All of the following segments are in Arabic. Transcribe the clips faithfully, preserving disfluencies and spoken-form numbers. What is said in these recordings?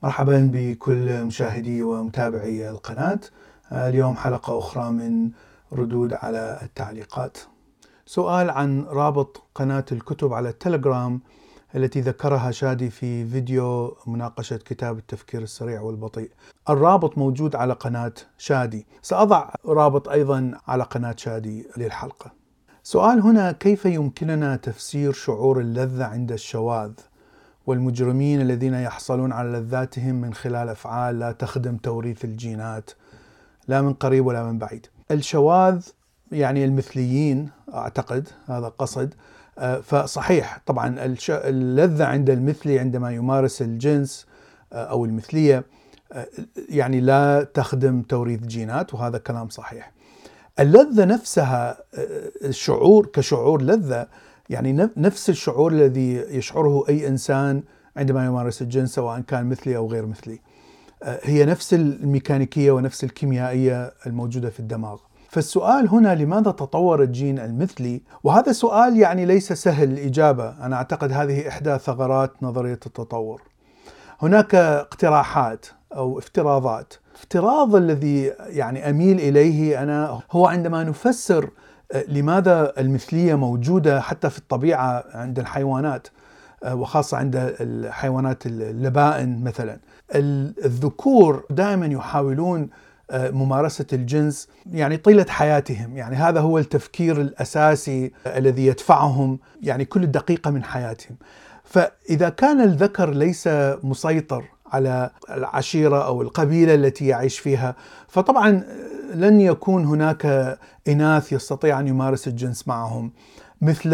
مرحبا بكل مشاهدي ومتابعي القناة. اليوم حلقة أخرى من ردود على التعليقات. سؤال عن رابط قناة الكتب على التليجرام التي ذكرها شادي في فيديو مناقشة كتاب التفكير السريع والبطيء. الرابط موجود على قناة شادي، سأضع رابط أيضا على قناة شادي للحلقة. سؤال هنا: كيف يمكننا تفسير شعور اللذة عند الشواذ والمجرمين الذين يحصلون على لذاتهم من خلال أفعال لا تخدم توريث الجينات لا من قريب ولا من بعيد؟ الشواذ يعني المثليين، أعتقد هذا قصد. فصحيح طبعا اللذة عند المثلي عندما يمارس الجنس أو المثلية يعني لا تخدم توريث جينات، وهذا كلام صحيح. اللذة نفسها الشعور كشعور لذة، يعني نفس الشعور الذي يشعره أي إنسان عندما يمارس الجنس سواء كان مثلي أو غير مثلي، هي نفس الميكانيكية ونفس الكيميائية الموجودة في الدماغ. فالسؤال هنا: لماذا تطور الجين المثلي؟ وهذا سؤال يعني ليس سهل الإجابة. أنا أعتقد هذه إحدى ثغرات نظرية التطور. هناك اقتراحات أو افتراضات. افتراض الذي يعني أميل إليه أنا هو عندما نفسر لماذا المثلية موجودة حتى في الطبيعة عند الحيوانات، وخاصة عند الحيوانات اللبائن مثلا. الذكور دائما يحاولون ممارسة الجنس يعني طيلة حياتهم، يعني هذا هو التفكير الأساسي الذي يدفعهم يعني كل دقيقة من حياتهم. فإذا كان الذكر ليس مسيطر على العشيرة أو القبيلة التي يعيش فيها، فطبعا لن يكون هناك إناث يستطيع أن يمارس الجنس معهم مثل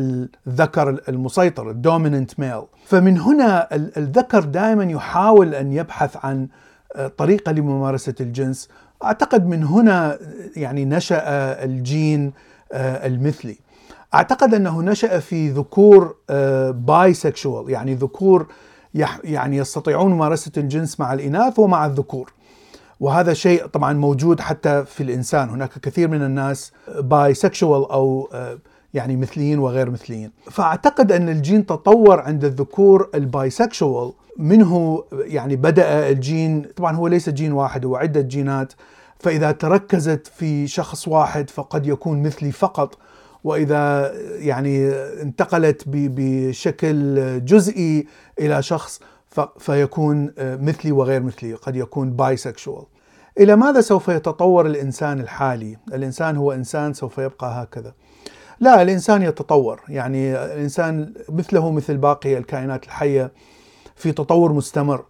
الذكر المسيطر الدوميننت ميل. فمن هنا الذكر دائما يحاول أن يبحث عن طريقة لممارسة الجنس. أعتقد من هنا يعني نشأ الجين المثلي. أعتقد أنه نشأ في ذكور بايسكشوال، يعني ذكور يعني يستطيعون ممارسة الجنس مع الإناث ومع الذكور، وهذا شيء طبعا موجود حتى في الإنسان. هناك كثير من الناس بايسكشوال أو يعني مثليين وغير مثليين. فأعتقد أن الجين تطور عند الذكور البايسكشوال، منه يعني بدأ الجين. طبعا هو ليس جين واحد، هو عدة جينات، فإذا تركزت في شخص واحد فقد يكون مثلي فقط، وإذا يعني انتقلت بشكل جزئي إلى شخص فيكون مثلي وغير مثلي، قد يكون بايسكشوال. إلى ماذا سوف يتطور الإنسان الحالي؟ الإنسان هو إنسان سوف يبقى هكذا؟ لا، الإنسان يتطور، يعني الإنسان مثله مثل باقي الكائنات الحية في تطور مستمر،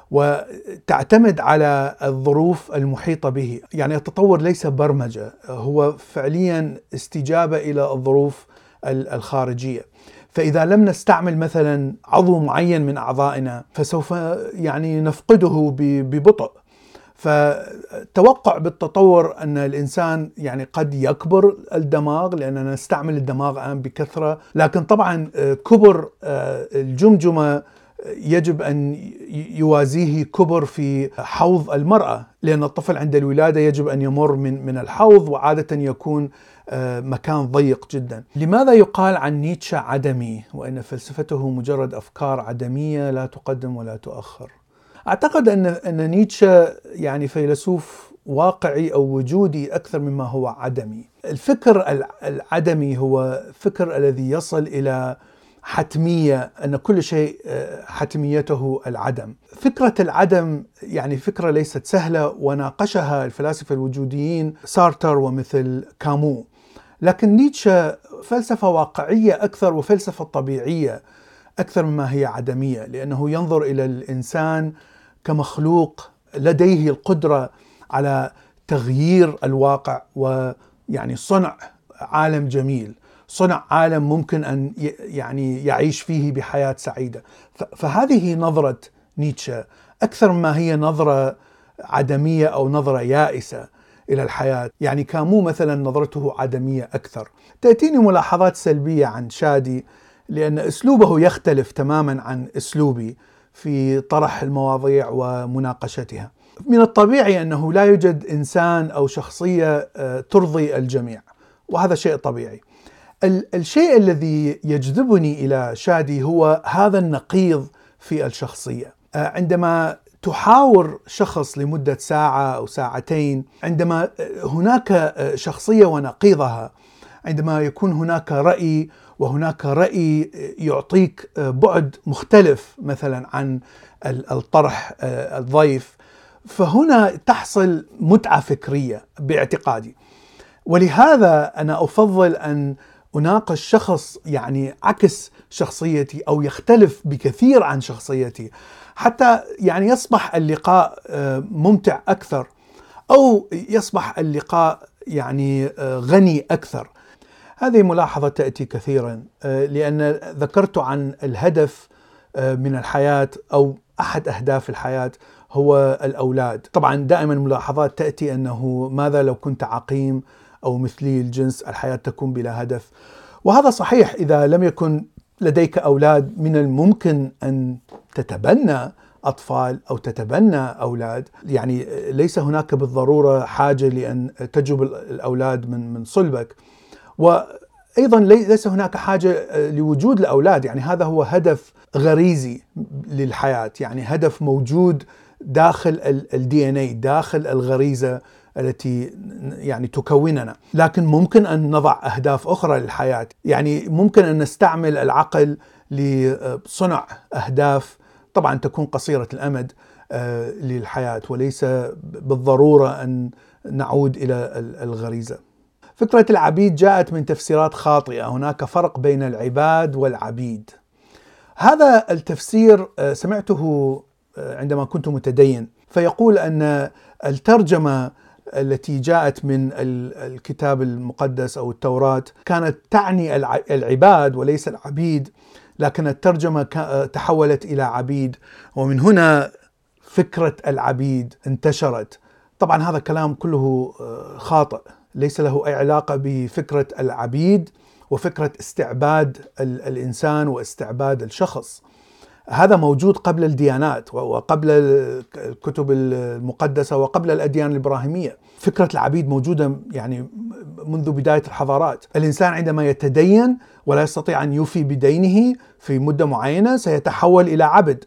وتعتمد على الظروف المحيطة به. يعني التطور ليس برمجة، هو فعليا استجابة إلى الظروف الخارجية. فإذا لم نستعمل مثلا عضو معين من أعضائنا فسوف يعني نفقده ببطء. فتوقع بالتطور أن الإنسان يعني قد يكبر الدماغ لأننا نستعمل الدماغ الآن بكثرة، لكن طبعا كبر الجمجمة يجب أن يوازيه كبر في حوض المرأة، لأن الطفل عند الولادة يجب أن يمر من من الحوض، وعادة يكون مكان ضيق جدا. لماذا يقال عن نيتشه عدمي وإن فلسفته مجرد أفكار عدمية لا تقدم ولا تؤخر؟ أعتقد أن أن نيتشه يعني فيلسوف واقعي أو وجودي أكثر مما هو عدمي. الفكر العدمي هو فكر الذي يصل إلى حتمية، أن كل شيء حتميته العدم. فكرة العدم يعني فكرة ليست سهلة، وناقشها الفلاسفة الوجوديين سارتر ومثل كامو. لكن نيتشه فلسفة واقعية أكثر وفلسفة طبيعية أكثر مما هي عدمية، لأنه ينظر إلى الإنسان كمخلوق لديه القدرة على تغيير الواقع ويعني صنع عالم جميل، صنع عالم ممكن أن يعني يعيش فيه بحياة سعيدة. فهذه نظرة نيتشه أكثر ما هي نظرة عدمية أو نظرة يائسة إلى الحياة. يعني كامو مثلا نظرته عدمية أكثر. تأتيني ملاحظات سلبية عن شادي لأن أسلوبه يختلف تماما عن أسلوبي في طرح المواضيع ومناقشتها. من الطبيعي أنه لا يوجد إنسان أو شخصية ترضي الجميع، وهذا شيء طبيعي. الشيء الذي يجذبني إلى شادي هو هذا النقيض في الشخصية. عندما تحاور شخص لمدة ساعة أو ساعتين، عندما هناك شخصية ونقيضها، عندما يكون هناك رأي وهناك رأي يعطيك بعد مختلف مثلا عن الطرح الضيف، فهنا تحصل متعة فكرية باعتقادي. ولهذا أنا أفضل أن أناقش شخص يعني عكس شخصيتي أو يختلف بكثير عن شخصيتي، حتى يعني يصبح اللقاء ممتع أكثر، أو يصبح اللقاء يعني غني أكثر. هذه ملاحظة تأتي كثيرا، لأن ذكرت عن الهدف من الحياة أو أحد أهداف الحياة هو الأولاد. طبعا دائما ملاحظات تأتي أنه ماذا لو كنت عقيم أو مثلي الجنس، الحياة تكون بلا هدف. وهذا صحيح، إذا لم يكن لديك أولاد من الممكن أن تتبنى أطفال أو تتبنى أولاد، يعني ليس هناك بالضرورة حاجة لأن تجب الأولاد من من صلبك، وأيضا ليس هناك حاجة لوجود الأولاد، يعني هذا هو هدف غريزي للحياة، يعني هدف موجود داخل الدي ان اي، داخل الغريزة التي يعني تكوننا. لكن ممكن أن نضع أهداف أخرى للحياة، يعني ممكن أن نستعمل العقل لصنع أهداف طبعا تكون قصيرة الأمد للحياة، وليس بالضرورة أن نعود إلى الغريزة. فكرة العبيد جاءت من تفسيرات خاطئة، هناك فرق بين العباد والعبيد. هذا التفسير سمعته عندما كنت متدين، فيقول أن الترجمة التي جاءت من الكتاب المقدس أو التوراة كانت تعني العباد وليس العبيد، لكن الترجمة تحولت إلى عبيد، ومن هنا فكرة العبيد انتشرت. طبعا هذا كلام كله خاطئ، ليس له أي علاقة بفكرة العبيد وفكرة استعباد الإنسان واستعباد الشخص. هذا موجود قبل الديانات وقبل الكتب المقدسة وقبل الأديان الإبراهيمية. فكرة العبيد موجودة يعني منذ بداية الحضارات. الإنسان عندما يتدين ولا يستطيع أن يوفي بدينه في مدة معينة سيتحول إلى عبد،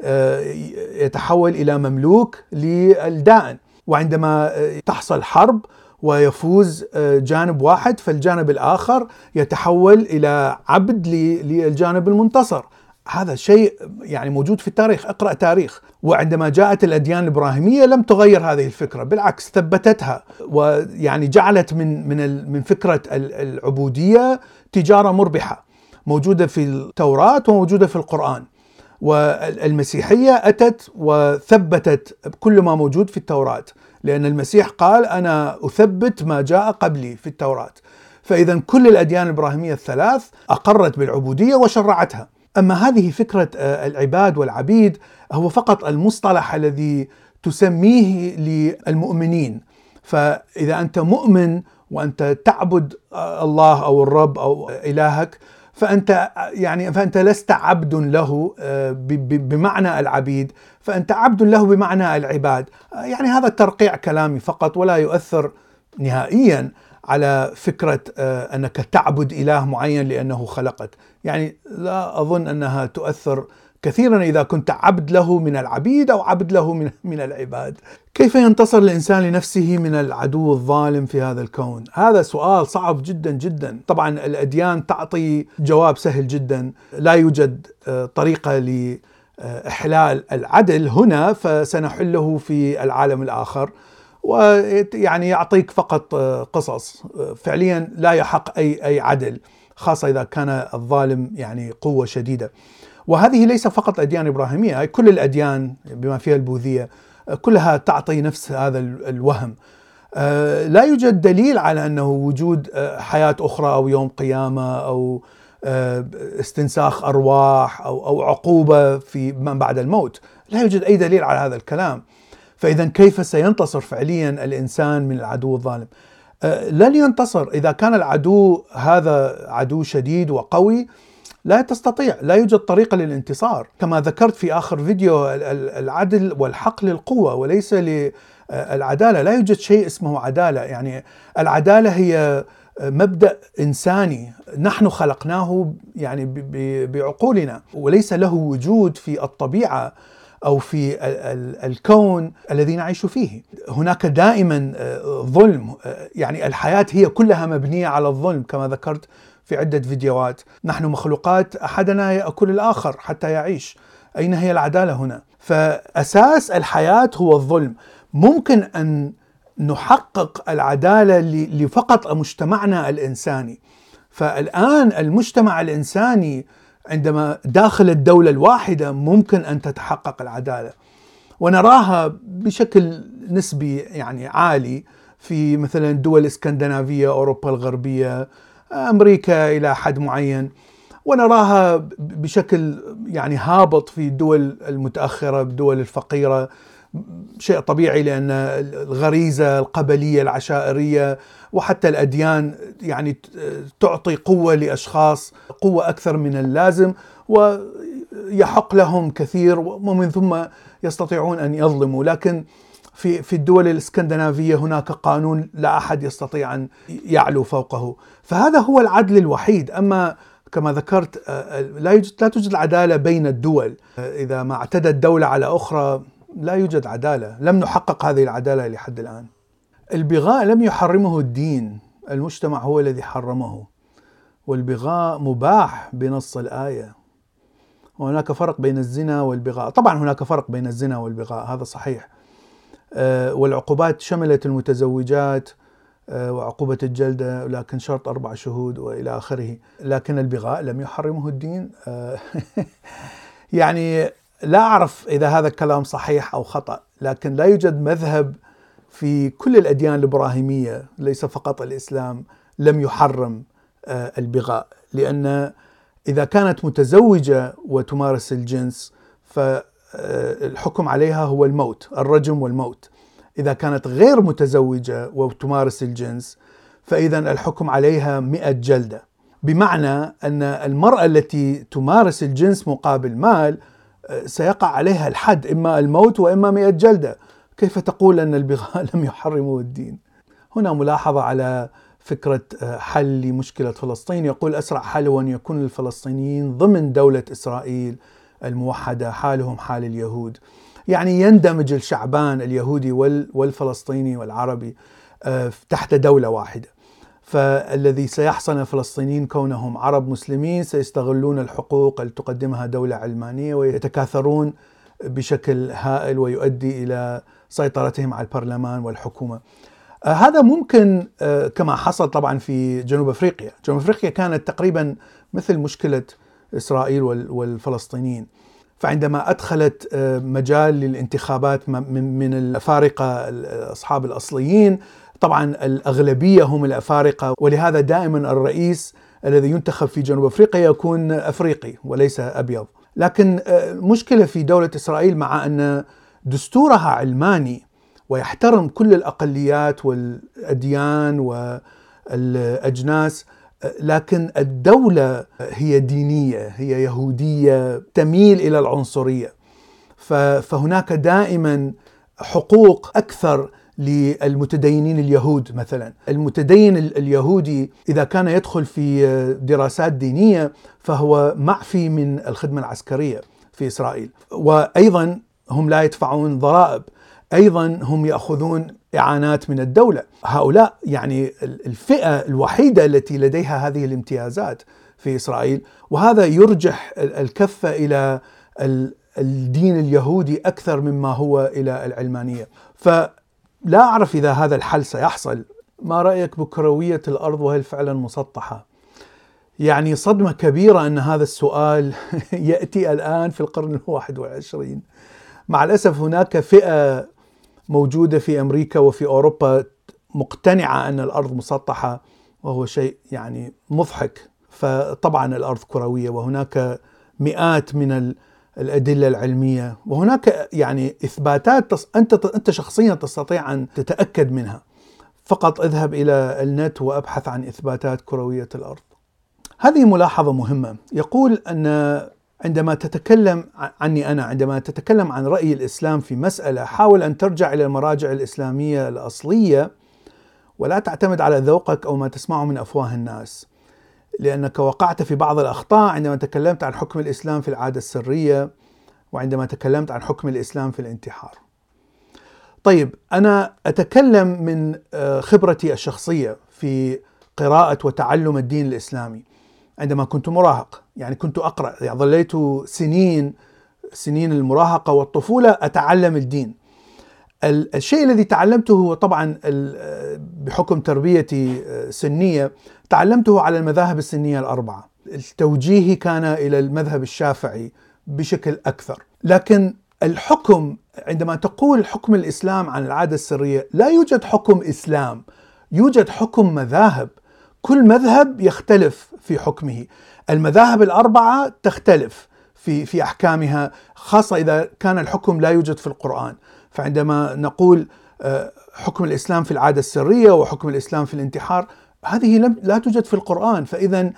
يتحول إلى مملوك للدائن، وعندما تحصل حرب ويفوز جانب واحد فالجانب الآخر يتحول إلى عبد للجانب المنتصر. هذا شيء يعني موجود في التاريخ، اقرأ تاريخ. وعندما جاءت الأديان الإبراهيمية لم تغير هذه الفكرة، بالعكس ثبتتها، ويعني جعلت من من من فكرة العبودية تجارة مربحة موجودة في التوراة وموجودة في القرآن. والمسيحية أتت وثبتت كل ما موجود في التوراة، لأن المسيح قال أنا أثبت ما جاء قبلي في التوراة. فإذا كل الأديان الإبراهيمية الثلاث أقرت بالعبودية وشرعتها. أما هذه فكرة العباد والعبيد هو فقط المصطلح الذي تسميه للمؤمنين. فإذا أنت مؤمن وأنت تعبد الله أو الرب أو إلهك فأنت يعني فأنت لست عبد له بمعنى العبيد، فأنت عبد له بمعنى العباد. يعني هذا ترقيع كلامي فقط، ولا يؤثر نهائيا على فكرة أنك تعبد إله معين لأنه خلقك. يعني لا أظن أنها تؤثر كثيرا إذا كنت عبد له من العبيد أو عبد له من من العباد. كيف ينتصر الإنسان لنفسه من العدو الظالم في هذا الكون؟ هذا سؤال صعب جدا جدا. طبعا الأديان تعطي جواب سهل جدا، لا يوجد طريقة لإحلال العدل هنا فسنحله في العالم الآخر، ويعني يعطيك فقط قصص. فعليا لا يحق أي أي عدل، خاصة إذا كان الظالم يعني قوة شديدة. وهذه ليس فقط الأديان الإبراهيمية، كل الأديان بما فيها البوذية كلها تعطي نفس هذا الوهم. لا يوجد دليل على أنه وجود حياة أخرى أو يوم قيامة أو استنساخ أرواح أو أو عقوبة في من بعد الموت. لا يوجد أي دليل على هذا الكلام. فإذا كيف سينتصر فعليا الإنسان من العدو الظالم؟ لن ينتصر. إذا كان العدو هذا عدو شديد وقوي لا تستطيع، لا يوجد طريقة للانتصار. كما ذكرت في آخر فيديو، العدل والحق للقوة وليس للعدالة. لا يوجد شيء اسمه عدالة. يعني العدالة هي مبدأ إنساني نحن خلقناه يعني بعقولنا، وليس له وجود في الطبيعة أو في الكون الذي نعيش فيه. هناك دائما ظلم، يعني الحياة هي كلها مبنية على الظلم كما ذكرت في عدة فيديوهات. نحن مخلوقات، أحدنا يأكل الآخر حتى يعيش. أين هي العدالة هنا؟ فأساس الحياة هو الظلم. ممكن أن نحقق العدالة لفقط مجتمعنا الإنساني. فالآن المجتمع الإنساني عندما داخل الدولة الواحدة ممكن أن تتحقق العدالة، ونراها بشكل نسبي يعني عالي في مثلا الدول الإسكندنافية، أوروبا الغربية، أمريكا إلى حد معين، ونراها بشكل يعني هابط في الدول المتأخرة، الدول الفقيرة. شيء طبيعي، لأن الغريزة القبلية العشائرية وحتى الأديان يعني تعطي قوة لأشخاص، قوة أكثر من اللازم، ويحق لهم كثير ومن ثم يستطيعون أن يظلموا. لكن في في الدول الإسكندنافية هناك قانون لا أحد يستطيع أن يعلو فوقه. فهذا هو العدل الوحيد. أما كما ذكرت لا يوجد لا توجد العدالة بين الدول. إذا ما اعتدت دولة على أخرى لا يوجد عدالة. لم نحقق هذه العدالة لحد الآن. البغاء لم يحرمه الدين، المجتمع هو الذي حرمه، والبغاء مباح بنص الآية. وهناك فرق بين الزنا والبغاء. طبعا هناك فرق بين الزنا والبغاء، هذا صحيح. والعقوبات شملت المتزوجات وعقوبة الجلدة، لكن شرط أربع شهود وإلى آخره. لكن البغاء لم يحرمه الدين. يعني لا أعرف إذا هذا الكلام صحيح أو خطأ، لكن لا يوجد مذهب في كل الأديان الإبراهيمية، ليس فقط الإسلام، لم يحرم البغاء. لأن إذا كانت متزوجة وتمارس الجنس فالحكم عليها هو الموت، الرجم والموت. إذا كانت غير متزوجة وتمارس الجنس فإذا الحكم عليها مئة جلدة. بمعنى أن المرأة التي تمارس الجنس مقابل مال سيقع عليها الحد، إما الموت وإما مئة جلدة. كيف تقول أن البغاء لم يحرمه الدين؟ هنا ملاحظة على فكرة حل لمشكلة فلسطين. يقول أسرع حل هو أن يكون الفلسطينيين ضمن دولة إسرائيل الموحدة، حالهم حال اليهود. يعني يندمج الشعبان اليهودي والفلسطيني والعربي تحت دولة واحدة. فالذي سيحصل الفلسطينيين كونهم عرب مسلمين سيستغلون الحقوق التي تقدمها دولة علمانية ويتكاثرون بشكل هائل، ويؤدي إلى سيطرتهم على البرلمان والحكومة. آه هذا ممكن آه كما حصل طبعا في جنوب أفريقيا. جنوب أفريقيا كانت تقريبا مثل مشكلة إسرائيل والفلسطينيين. فعندما أدخلت آه مجال للانتخابات من الأفارقة أصحاب الأصليين، طبعا الأغلبية هم الأفارقة، ولهذا دائما الرئيس الذي ينتخب في جنوب أفريقيا يكون أفريقي وليس أبيض. لكن مشكلة في دولة إسرائيل مع أن دستورها علماني ويحترم كل الأقليات والأديان والأجناس، لكن الدولة هي دينية، هي يهودية تميل إلى العنصرية. فهناك دائما حقوق أكثر للمتدينين اليهود. مثلا المتدين اليهودي إذا كان يدخل في دراسات دينية فهو معفي من الخدمة العسكرية في إسرائيل، وأيضا هم لا يدفعون ضرائب، أيضا هم يأخذون إعانات من الدولة. هؤلاء يعني الفئة الوحيدة التي لديها هذه الامتيازات في إسرائيل، وهذا يرجح الكفة إلى الدين اليهودي أكثر مما هو إلى العلمانية. فلا أعرف إذا هذا الحل سيحصل. ما رأيك بكروية الأرض وهل فعلا مسطحة؟ يعني صدمة كبيرة أن هذا السؤال يأتي الآن في القرن الواحد والعشرين. مع الأسف هناك فئة موجودة في أمريكا وفي أوروبا مقتنعة أن الأرض مسطحة، وهو شيء يعني مضحك. فطبعا الأرض كروية، وهناك مئات من الأدلة العلمية، وهناك يعني إثباتات أنت أنت شخصيا تستطيع أن تتأكد منها. فقط اذهب إلى النت وأبحث عن إثباتات كروية الأرض. هذه ملاحظة مهمة. يقول أن عندما تتكلم عني أنا عندما تتكلم عن رأي الإسلام في مسألة، حاول أن ترجع إلى المراجع الإسلامية الأصلية ولا تعتمد على ذوقك أو ما تسمعه من أفواه الناس، لأنك وقعت في بعض الأخطاء عندما تكلمت عن حكم الإسلام في العادة السرية وعندما تكلمت عن حكم الإسلام في الانتحار. طيب، أنا أتكلم من خبرتي الشخصية في قراءة وتعلم الدين الإسلامي. عندما كنت مراهق، يعني كنت أقرأ، يعني ظليت سنين سنين المراهقة والطفولة أتعلم الدين. الشيء الذي تعلمته هو طبعا بحكم تربيتي سنية، تعلمته على المذاهب السنية الأربعة. التوجيه كان إلى المذهب الشافعي بشكل أكثر، لكن الحكم، عندما تقول حكم الإسلام عن العادة السرية، لا يوجد حكم إسلام، يوجد حكم مذاهب. كل مذهب يختلف في حكمه. المذاهب الأربعة تختلف في في أحكامها، خاصة إذا كان الحكم لا يوجد في القرآن. فعندما نقول حكم الإسلام في العادة السرية وحكم الإسلام في الانتحار، هذه لم لا توجد في القرآن. فإذا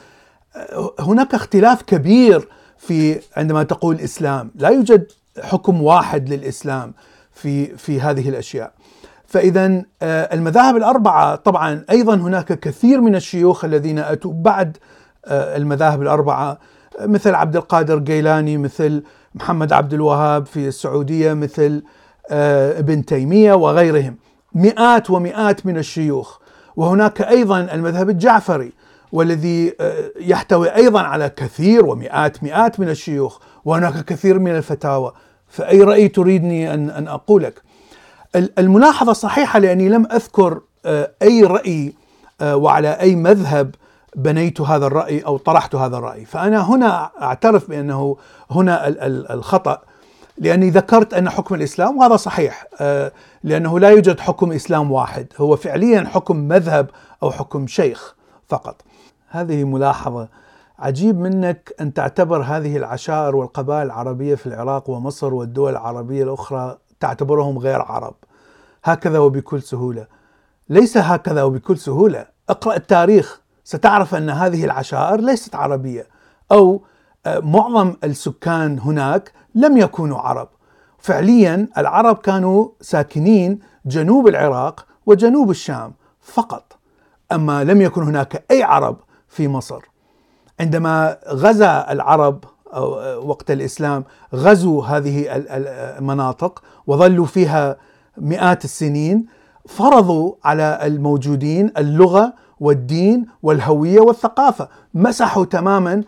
هناك اختلاف كبير في عندما تقول إسلام، لا يوجد حكم واحد للإسلام في في هذه الأشياء. فإذا المذاهب الأربعة طبعا أيضا هناك كثير من الشيوخ الذين أتوا بعد المذاهب الأربعة، مثل عبد القادر الجيلاني، مثل محمد عبد الوهاب في السعودية، مثل ابن تيمية وغيرهم، مئات ومئات من الشيوخ. وهناك أيضا المذهب الجعفري، والذي يحتوي أيضا على كثير ومئات مئات من الشيوخ، وهناك كثير من الفتاوى. فأي رأي تريدني أن أن أقول لك؟ الملاحظة صحيحة، لأني لم أذكر أي رأي وعلى أي مذهب بنيت هذا الرأي أو طرحت هذا الرأي. فأنا هنا أعترف بأنه هنا الخطأ، لأني ذكرت أن حكم الإسلام، وهذا صحيح، لأنه لا يوجد حكم إسلام واحد، هو فعليا حكم مذهب أو حكم شيخ فقط. هذه ملاحظة. عجيب منك أن تعتبر هذه العشائر والقبائل العربية في العراق ومصر والدول العربية الأخرى تعتبرهم غير عرب هكذا وبكل سهولة. ليس هكذا وبكل سهولة. اقرأ التاريخ ستعرف أن هذه العشائر ليست عربية، أو معظم السكان هناك لم يكونوا عرب. فعليا العرب كانوا ساكنين جنوب العراق وجنوب الشام فقط، أما لم يكن هناك أي عرب في مصر. عندما غزا العرب وقت الإسلام، غزوا هذه المناطق وظلوا فيها مئات السنين، فرضوا على الموجودين اللغة والدين والهوية والثقافة، مسحوا تماما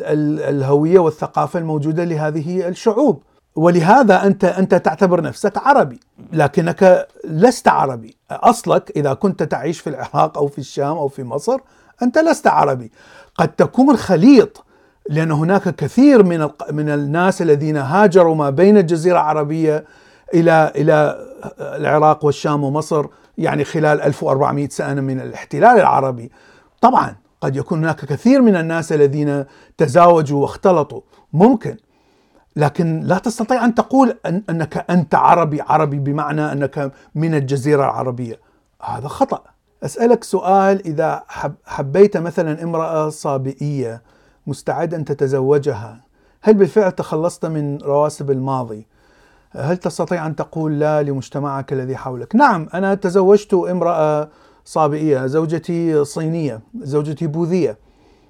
الهوية والثقافة الموجودة لهذه الشعوب. ولهذا أنت أنت تعتبر نفسك عربي، لكنك لست عربي. أصلك إذا كنت تعيش في العراق أو في الشام أو في مصر، أنت لست عربي. قد تكون خليط، لأن هناك كثير من من الناس الذين هاجروا ما بين الجزيرة العربية إلى إلى العراق والشام ومصر، يعني خلال ألف وأربعمئة سنة من الاحتلال العربي. طبعا قد يكون هناك كثير من الناس الذين تزاوجوا واختلطوا، ممكن، لكن لا تستطيع أن تقول أن أنك أنت عربي عربي بمعنى أنك من الجزيرة العربية. هذا خطأ. أسألك سؤال: إذا حب حبيت مثلا امرأة صابئية مستعد أن تتزوجها، هل بالفعل تخلصت من رواسب الماضي؟ هل تستطيع أن تقول لا لمجتمعك الذي حولك؟ نعم، أنا تزوجت امرأة صابئية، زوجتي صينية، زوجتي بوذية،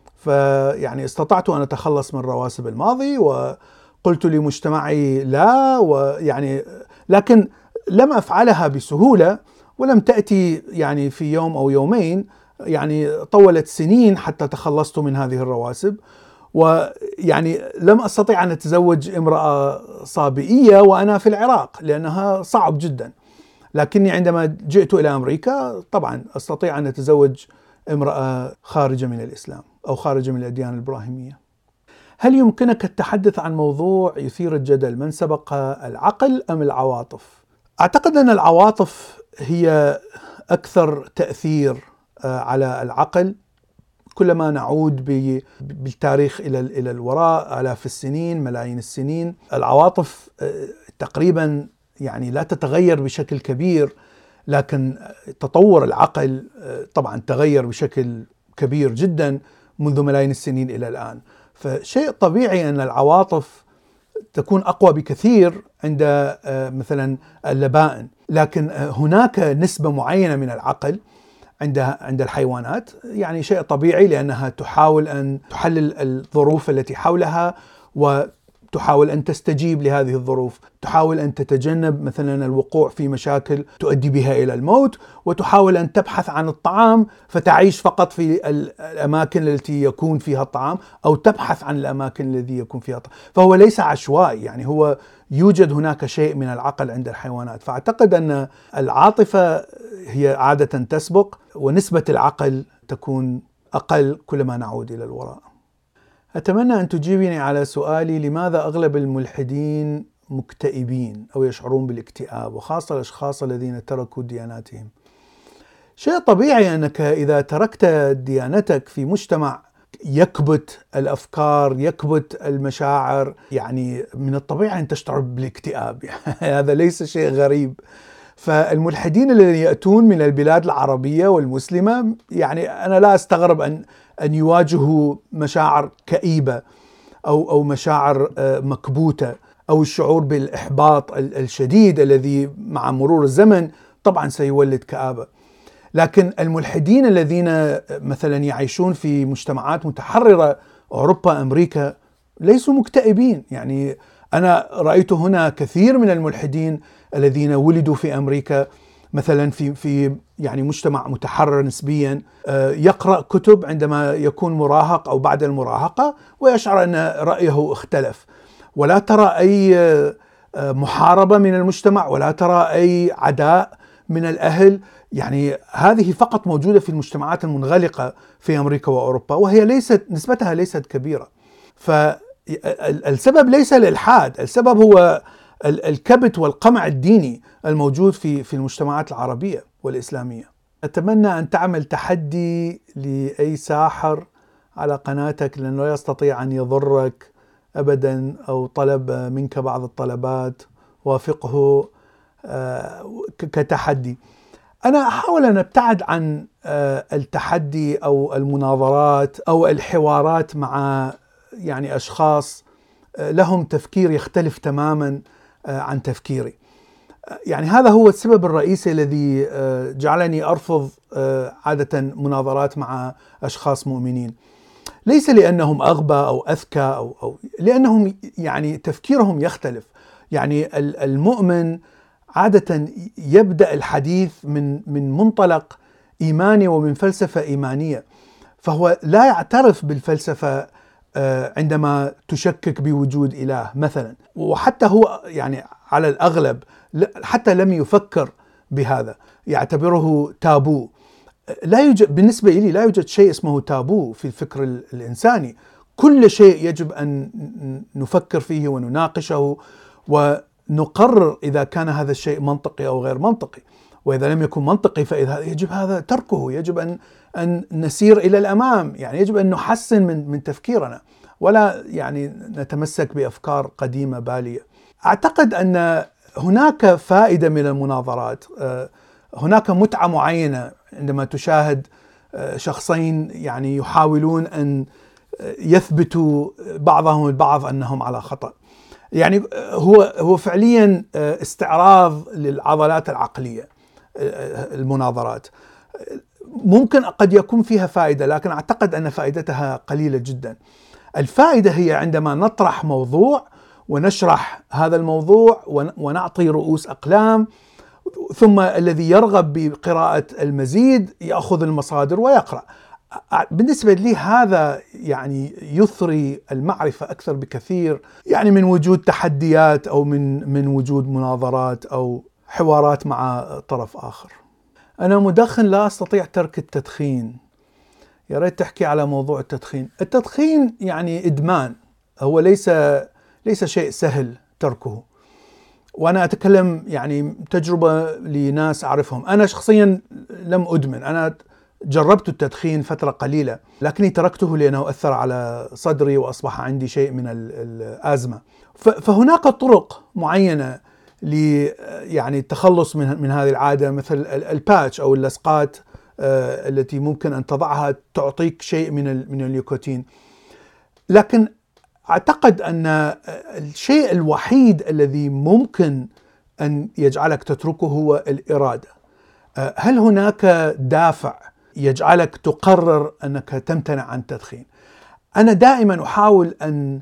فيعني استطعت أن أتخلص من رواسب الماضي، وقلت لمجتمعي لا، ويعني لكن لم أفعلها بسهولة، ولم تأتي يعني في يوم أو يومين، يعني طولت سنين حتى تخلصت من هذه الرواسب. ويعني لم أستطيع أن أتزوج امرأة صابئية وأنا في العراق، لأنها صعب جدا. لكني عندما جئت إلى أمريكا طبعا أستطيع أن أتزوج امرأة خارجة من الإسلام أو خارجة من الأديان الإبراهيمية. هل يمكنك التحدث عن موضوع يثير الجدل: من سبق العقل أم العواطف؟ أعتقد أن العواطف هي أكثر تأثير على العقل. كلما نعود بالتاريخ إلى إلى الوراء آلاف السنين، ملايين السنين، العواطف تقريبا يعني لا تتغير بشكل كبير، لكن تطور العقل طبعا تغير بشكل كبير جدا منذ ملايين السنين إلى الآن. فشيء طبيعي أن العواطف تكون أقوى بكثير عند مثلا اللبائن، لكن هناك نسبة معينة من العقل عند عند الحيوانات، يعني شيء طبيعي، لأنها تحاول أن تحلل الظروف التي حولها تحاول أن تستجيب لهذه الظروف، تحاول أن تتجنب مثلا الوقوع في مشاكل تؤدي بها إلى الموت، وتحاول أن تبحث عن الطعام فتعيش فقط في الأماكن التي يكون فيها الطعام، أو تبحث عن الأماكن التي يكون فيها الطعام. فهو ليس عشوائي، يعني هو يوجد هناك شيء من العقل عند الحيوانات. فأعتقد أن العاطفة هي عادة تسبق، ونسبة العقل تكون أقل كلما نعود إلى الوراء. أتمنى أن تجيبني على سؤالي: لماذا أغلب الملحدين مكتئبين أو يشعرون بالاكتئاب، وخاصة الأشخاص الذين تركوا دياناتهم؟ شيء طبيعي أنك إذا تركت ديانتك في مجتمع يكبت الأفكار، يكبت المشاعر، يعني من الطبيعي أن تشعر بالاكتئاب. هذا ليس شيء غريب. فالملحدين الذين يأتون من البلاد العربية والمسلمة، يعني أنا لا أستغرب أن أن يواجهوا مشاعر كئيبة أو أو مشاعر مكبوتة، أو الشعور بالإحباط الشديد الذي مع مرور الزمن طبعا سيولد كآبة. لكن الملحدين الذين مثلا يعيشون في مجتمعات متحررة، أوروبا، أمريكا، ليسوا مكتئبين. يعني أنا رأيت هنا كثير من الملحدين الذين ولدوا في أمريكا مثلا في في يعني مجتمع متحرر نسبيا، يقرأ كتب عندما يكون مراهق أو بعد المراهقة، ويشعر أن رأيه اختلف، ولا ترى أي محاربة من المجتمع، ولا ترى أي عداء من الأهل. يعني هذه فقط موجودة في المجتمعات المنغلقة في أمريكا وأوروبا، وهي ليست نسبتها ليست كبيرة. فالسبب ليس الإلحاد، السبب هو الكبت والقمع الديني الموجود في في المجتمعات العربية والإسلامية. أتمنى أن تعمل تحدي لأي ساحر على قناتك، لأنه لا يستطيع أن يضرك أبدا، أو طلب منك بعض الطلبات وافقه كتحدي. أنا أحاول أن أبتعد عن التحدي أو المناظرات أو الحوارات مع يعني أشخاص لهم تفكير يختلف تماما عن تفكيري. يعني هذا هو السبب الرئيسي الذي جعلني أرفض عادة مناظرات مع أشخاص مؤمنين. ليس لأنهم أغبى أو أذكى أو, أو لأنهم يعني تفكيرهم يختلف. يعني المؤمن عادة يبدأ الحديث من من منطلق إيماني ومن فلسفة إيمانية، فهو لا يعترف بالفلسفة عندما تشكك بوجود إله مثلا، وحتى هو يعني على الأغلب حتى لم يفكر بهذا، يعتبره تابو. لا يوجد بالنسبة لي لا يوجد شيء اسمه تابو في الفكر الإنساني. كل شيء يجب أن نفكر فيه ونناقشه ونقرر إذا كان هذا الشيء منطقي أو غير منطقي، وإذا لم يكن منطقي فإذا يجب هذا تركه، يجب أن أن نسير إلى الأمام. يعني يجب أن نحسن من من تفكيرنا، ولا يعني نتمسك بأفكار قديمة بالية. أعتقد أن هناك فائدة من المناظرات، هناك متعة معينة عندما تشاهد شخصين يعني يحاولون أن يثبتوا بعضهم البعض أنهم على خطأ. يعني هو هو فعليا استعراض للعضلات العقلية. المناظرات ممكن قد يكون فيها فائدة، لكن أعتقد أن فائدتها قليلة جدا. الفائدة هي عندما نطرح موضوع ونشرح هذا الموضوع ونعطي رؤوس أقلام، ثم الذي يرغب بقراءة المزيد يأخذ المصادر ويقرأ. بالنسبة لي هذا يعني يثري المعرفة أكثر بكثير، يعني من وجود تحديات أو من من وجود مناظرات أو حوارات مع طرف آخر. أنا مدخن لا أستطيع ترك التدخين. يا ريت تحكي على موضوع التدخين. التدخين يعني إدمان، هو ليس ليس شيء سهل تركه. وأنا أتكلم يعني تجربة لناس أعرفهم. أنا شخصيا لم أدمن، أنا جربت التدخين فترة قليلة، لكني تركته لأنه أثر على صدري وأصبح عندي شيء من الأزمة. فهناك طرق معينة ل يعني التخلص من من هذه العادة، مثل الباتش أو اللصقات التي ممكن أن تضعها تعطيك شيء من من النيكوتين. لكن أعتقد أن الشيء الوحيد الذي ممكن أن يجعلك تتركه هو الإرادة. هل هناك دافع يجعلك تقرر أنك تمتنع عن التدخين؟ أنا دائما أحاول أن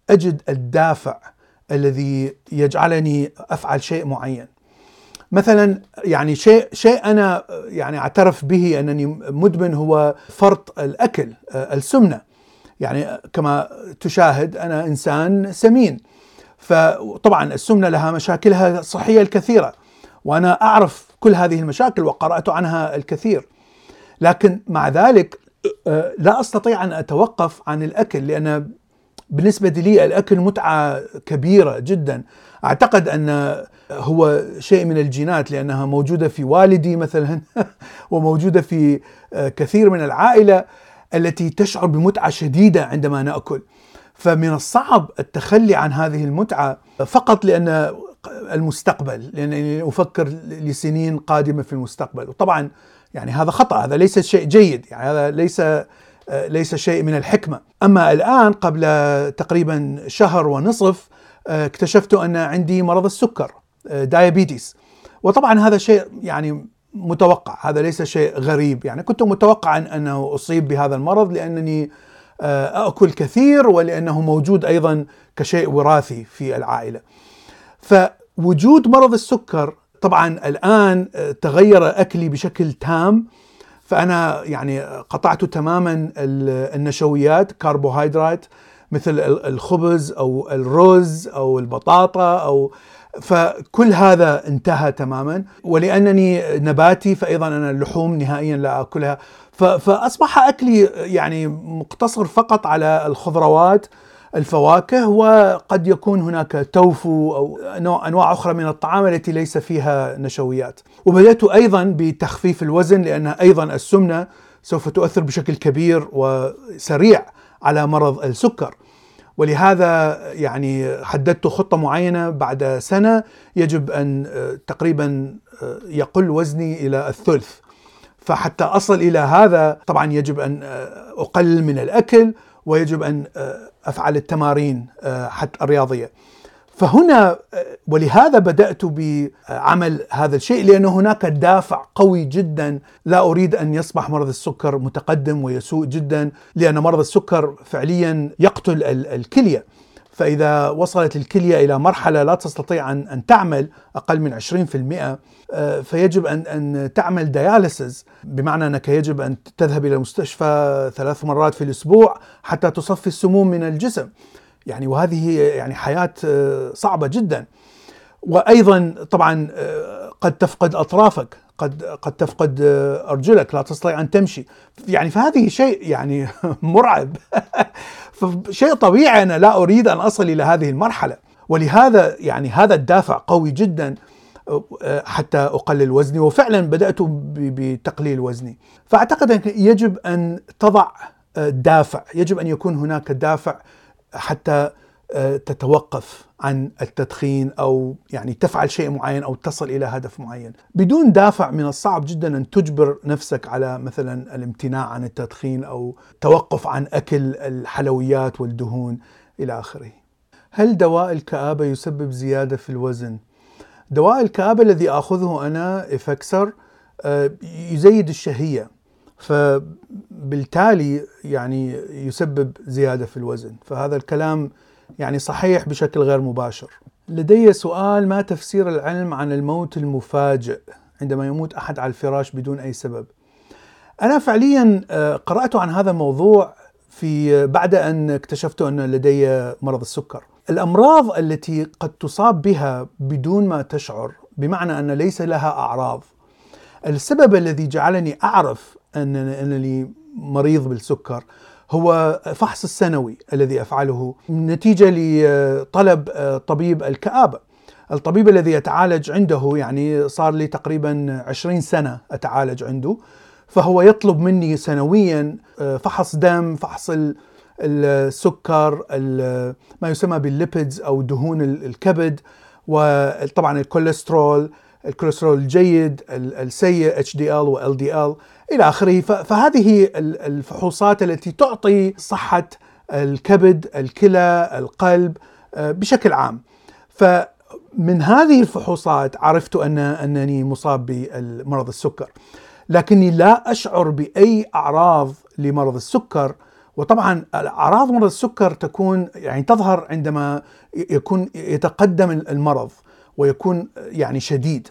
أجد الدافع الذي يجعلني أفعل شيء معين. مثلا يعني شيء شيء أنا يعني أعترف به أنني مدمن هو فرط الأكل، السمنة. يعني كما تشاهد أنا إنسان سمين، فطبعا السمنة لها مشاكلها الصحية الكثيرة، وأنا أعرف كل هذه المشاكل وقرأت عنها الكثير، لكن مع ذلك لا أستطيع أن أتوقف عن الأكل، لأن بالنسبة لي الأكل متعة كبيرة جدا. أعتقد أن هو شيء من الجينات، لأنها موجودة في والدي مثلا وموجودة في كثير من العائلة التي تشعر بمتعة شديدة عندما نأكل. فمن الصعب التخلي عن هذه المتعة فقط لأن المستقبل، لأنني أفكر لسنين قادمة في المستقبل، وطبعا يعني هذا خطأ، هذا ليس شيء جيد، يعني هذا ليس ليس شيء من الحكمة. أما الآن قبل تقريبا شهر ونصف اكتشفت أن عندي مرض السكر، دايابيتيس، وطبعا هذا شيء يعني متوقع، هذا ليس شيء غريب. يعني كنت متوقعا أنه أصيب بهذا المرض لأنني أأكل كثير، ولأنه موجود أيضا كشيء وراثي في العائلة. فوجود مرض السكر طبعا الآن تغير أكلي بشكل تام، فأنا يعني قطعت تماما النشويات، كربوهيدرات مثل الخبز أو الرز أو البطاطا، أو فكل هذا انتهى تماما. ولأنني نباتي فأيضا أنا اللحوم نهائيا لا أكلها، فأصبح أكلي يعني مقتصر فقط على الخضروات، الفواكه، وقد يكون هناك توفو أو أنواع أخرى من الطعام التي ليس فيها نشويات. وبدأت أيضا بتخفيف الوزن، لأن أيضا السمنة سوف تؤثر بشكل كبير وسريع على مرض السكر، ولهذا يعني حددت خطة معينة. بعد سنة يجب أن تقريبا يقل وزني إلى الثلث، فحتى أصل إلى هذا طبعا يجب أن أقلل من الأكل، ويجب أن أفعل التمارين حتى الرياضية. فهنا ولهذا بدأت بعمل هذا الشيء، لأن هناك دافع قوي جدا. لا أريد أن يصبح مرض السكر متقدم ويسوء جدا، لأن مرض السكر فعليا يقتل الكلية. فإذا وصلت الكلية إلى مرحلة لا تستطيع أن تعمل أقل من عشرين بالمئة، فيجب أن أن تعمل دياليسيس، بمعنى أنك يجب أن تذهب إلى المستشفى ثلاث مرات في الأسبوع حتى تصفي السموم من الجسم. يعني وهذه يعني حياة صعبة جدا. وأيضا طبعا قد تفقد أطرافك، قد قد تفقد أرجلك، لا تستطيع أن تمشي. يعني فهذه شيء يعني مرعب. فشيء طبيعي أنا لا أريد أن أصل إلى هذه المرحلة، ولهذا يعني هذا الدافع قوي جدا حتى أقلل وزني، وفعلا بدأت بتقليل وزني. فأعتقد أن يجب أن تضع دافع، يجب أن يكون هناك دافع حتى تتوقف عن التدخين، أو يعني تفعل شيء معين أو تصل إلى هدف معين. بدون دافع من الصعب جدا أن تجبر نفسك على مثلا الامتناع عن التدخين أو توقف عن أكل الحلويات والدهون إلى آخره. هل دواء الكآبة يسبب زيادة في الوزن؟ دواء الكآبة الذي أخذه أنا إفكسر يزيد الشهية، فبالتالي يعني يسبب زيادة في الوزن. فهذا الكلام يعني صحيح بشكل غير مباشر. لدي سؤال: ما تفسير العلم عن الموت المفاجئ عندما يموت أحد على الفراش بدون أي سبب؟ أنا فعليا قرأت عن هذا الموضوع في بعد أن اكتشفت أن لدي مرض السكر. الأمراض التي قد تصاب بها بدون ما تشعر، بمعنى أن ليس لها أعراض. السبب الذي جعلني أعرف أن أنني مريض بالسكر هو فحص السنوي الذي أفعله نتيجة لطلب طبيب الكآبة. الطبيب الذي أتعالج عنده، يعني صار لي تقريبا عشرين سنة أتعالج عنده، فهو يطلب مني سنويا فحص دم، فحص السكر، ما يسمى بالليبيدز أو دهون الكبد، وطبعا الكوليسترول، الكوليسترول الجيد، السيء إتش دي إل و إل دي إل إلى آخره. فهذه الفحوصات التي تعطي صحة الكبد، الكلى، القلب بشكل عام. فمن هذه الفحوصات عرفت أن أنني مصاب بمرض السكر، لكني لا أشعر بأي أعراض لمرض السكر، وطبعا أعراض مرض السكر تكون يعني تظهر عندما يكون يتقدم المرض ويكون يعني شديد.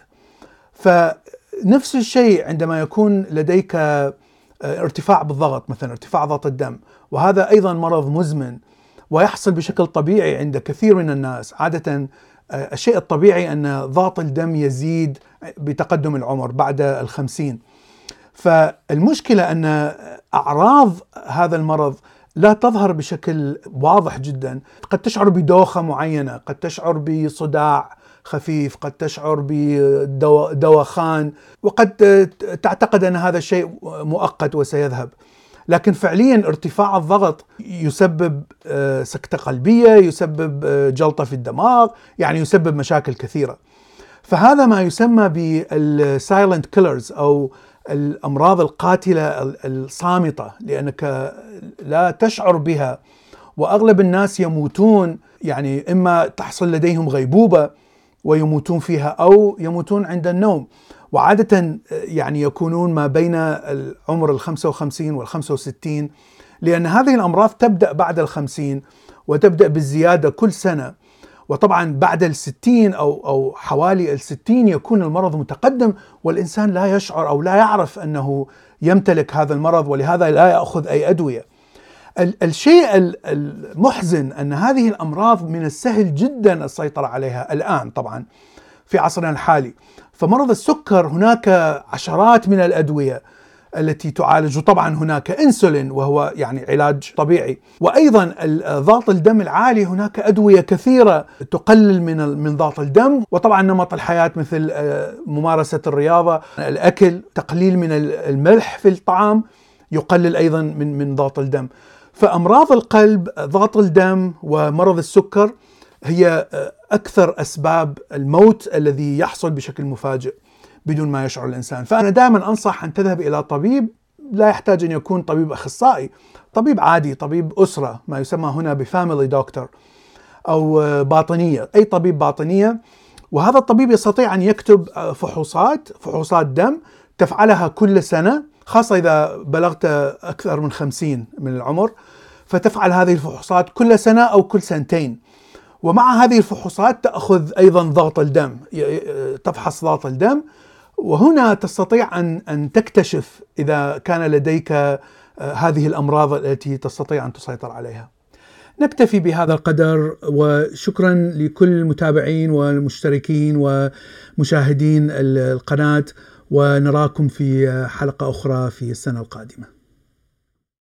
فنفس الشيء عندما يكون لديك ارتفاع بالضغط، مثلا ارتفاع ضغط الدم، وهذا أيضا مرض مزمن ويحصل بشكل طبيعي عند كثير من الناس. عادة الشيء الطبيعي أن ضغط الدم يزيد بتقدم العمر بعد الخمسين. فالمشكلة أن أعراض هذا المرض لا تظهر بشكل واضح جدا. قد تشعر بدوخة معينة، قد تشعر بصداع خفيف، قد تشعر بدوخان، وقد تعتقد أن هذا الشيء مؤقت وسيذهب. لكن فعليا ارتفاع الضغط يسبب سكتة قلبية، يسبب جلطة في الدماغ، يعني يسبب مشاكل كثيرة. فهذا ما يسمى بالسايلنت كيلرز أو الأمراض القاتلة الصامتة، لأنك لا تشعر بها، وأغلب الناس يموتون، يعني إما تحصل لديهم غيبوبة ويموتون فيها أو يموتون عند النوم. وعادة يعني يكونون ما بين العمر الخمسة وخمسين والخمسة وستين، لأن هذه الأمراض تبدأ بعد الخمسين وتبدأ بالزيادة كل سنة. وطبعا بعد الستين أو أو حوالي الستين يكون المرض متقدم، والإنسان لا يشعر أو لا يعرف أنه يمتلك هذا المرض، ولهذا لا يأخذ أي أدوية. الشيء المحزن أن هذه الأمراض من السهل جدا السيطرة عليها الآن طبعا في عصرنا الحالي. فمرض السكر هناك عشرات من الأدوية التي تعالج، وطبعا هناك انسولين وهو يعني علاج طبيعي، وايضا ضغط الدم العالي هناك ادويه كثيره تقلل من من ضغط الدم. وطبعا نمط الحياه مثل ممارسه الرياضه، الاكل، تقليل من الملح في الطعام يقلل ايضا من من ضغط الدم. فامراض القلب، ضغط الدم، ومرض السكر هي اكثر اسباب الموت الذي يحصل بشكل مفاجئ بدون ما يشعر الإنسان. فأنا دائما أنصح أن تذهب إلى طبيب، لا يحتاج أن يكون طبيب أخصائي، طبيب عادي، طبيب أسرة، ما يسمى هنا بفاميلي دكتور، أو باطنية، أي طبيب باطنية. وهذا الطبيب يستطيع أن يكتب فحوصات فحوصات دم تفعلها كل سنة، خاصة إذا بلغت أكثر من خمسين من العمر، فتفعل هذه الفحوصات كل سنة أو كل سنتين. ومع هذه الفحوصات تأخذ أيضا ضغط الدم، تفحص ضغط الدم، وهنا تستطيع أن أن تكتشف إذا كان لديك هذه الأمراض التي تستطيع أن تسيطر عليها. نكتفي بهذا القدر، وشكرا لكل المتابعين والمشتركين ومشاهدين القناة، ونراكم في حلقة أخرى في السنة القادمة.